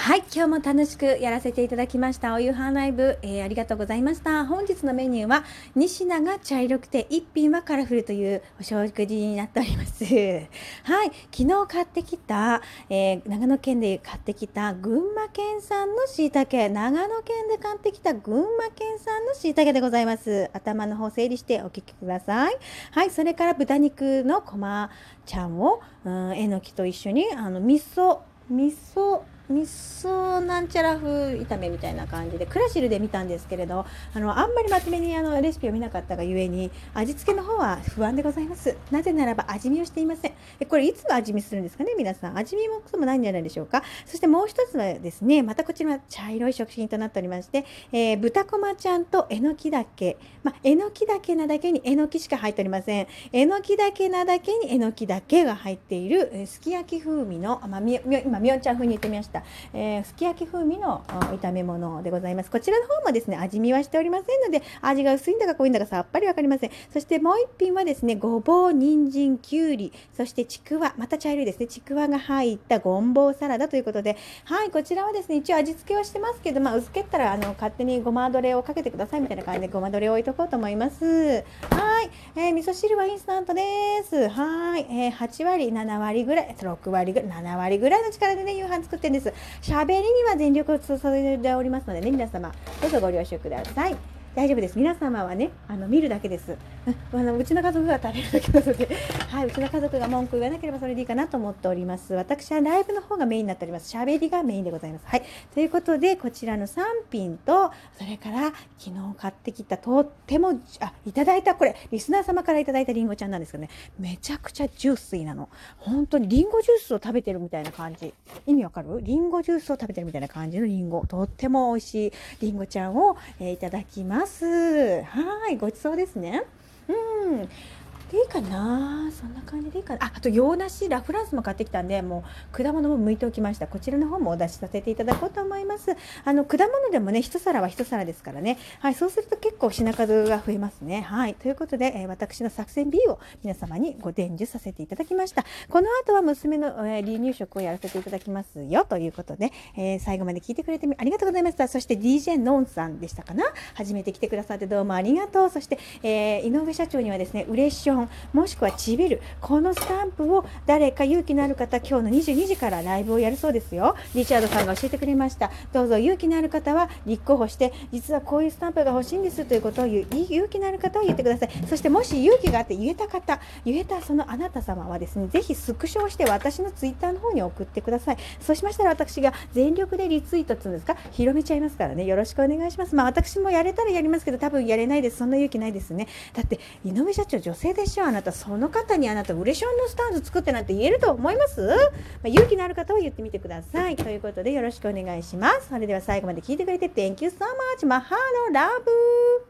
はい、今日も楽しくやらせていただきましたお夕飯ライブ、ありがとうございました。本日のメニューは2品が茶色くて1品はカラフルというお食事になっております。はい、昨日買ってきた、長野県で買ってきた群馬県産の椎茸、長野県で買ってきた群馬県産の椎茸でございます。頭の方整理してお聞きください。はい、それから豚肉のこまちゃんを、えのきと一緒に味噌なんちゃら風炒めみたいな感じでクラシルで見たんですけれど、あんまり真面目にレシピを見なかったがゆえに味付けの方は不安でございます。なぜならば味見をしていません。これいつ味見するんですかね、皆さん。味見もこともないんじゃないでしょうか。そしてもう一つはですね、またこちらは茶色い食品となっておりまして、豚こまちゃんとえのきだけ、えのきだけなだけにえのきしか入っておりません。えのきだけなだけにえのきだけが入っている、すき焼き風味の、今みおんちゃん風に言ってみました。すき焼き風味の炒め物でございます。こちらの方もですね、味見はしておりませんので、味が薄いんだか濃いんだかさっぱりわかりません。そしてもう一品はですね、ごぼう、人参、きゅうり、そしてちくわ、また茶色いですね、ちくわが入ったごんぼうサラダということで、はい、こちらはですね、一応味付けはしてますけど、薄けったら勝手にごまどれをかけてくださいみたいな感じでごまどれを置いとこうと思います。はい、味噌汁はインスタントです。はい、8割、7割ぐらい、6割ぐらい、7割ぐらいの力でね、夕飯作ってるんです。喋りには全力を注いでおりますのでね、皆様どうぞご了承ください。大丈夫です。皆様はね、見るだけです。うちの家族が食べるだけなので、はい、うちの家族が文句言わなければそれでいいかなと思っております。私はライブの方がメインになっております。喋りがメインでございます。はい、ということでこちらの3品と、それから昨日買ってきたとってもいただいた、これリスナー様からいただいたりんごちゃんなんですけどね、めちゃくちゃジュースいいなの。本当にりんごジュースを食べてるみたいな感じ。意味わかる？りんごジュースを食べてるみたいな感じのりんご、とっても美味しいりんごちゃんを、いただきます。はい、ごちそうですね。でいいかな、そんな感じでいいかな。あと洋梨ラ・フランスも買ってきたんで、もう果物も剥いておきました。こちらの方もお出しさせていただこうと思います。果物でもね、一皿は一皿ですからね。はい、そうすると結構品数が増えますね。はい、ということで、私の作戦 B を皆様にご伝授させていただきました。この後は娘の、離乳食をやらせていただきますよということで、最後まで聞いてくれてありがとうございました。そして DJ ノンさんでしたかな、初めて来てくださってどうもありがとう。そして、井上社長にはですね、嬉しょんもしくはちびる、このスタンプを誰か勇気のある方、今日の22時からライブをやるそうですよ。リチャードさんが教えてくれました。どうぞ勇気のある方は立候補して、実はこういうスタンプが欲しいんですということを勇気のある方は言ってください。そしてもし勇気があって言えたそのあなた様はですね、ぜひスクショをして私のツイッターの方に送ってください。そうしましたら私が全力でリツイートっていうんですか、広めちゃいますからね、よろしくお願いします。私もやれたらやりますけど、多分やれないです。そんな勇気ないですね。だって井上社長女性でしょ。あなたその方にウレションのスタンド作ってなんて言えると思います？勇気のある方は言ってみてください。ということでよろしくお願いします。それでは最後まで聞いてくれて Thank you so much. マハロラブ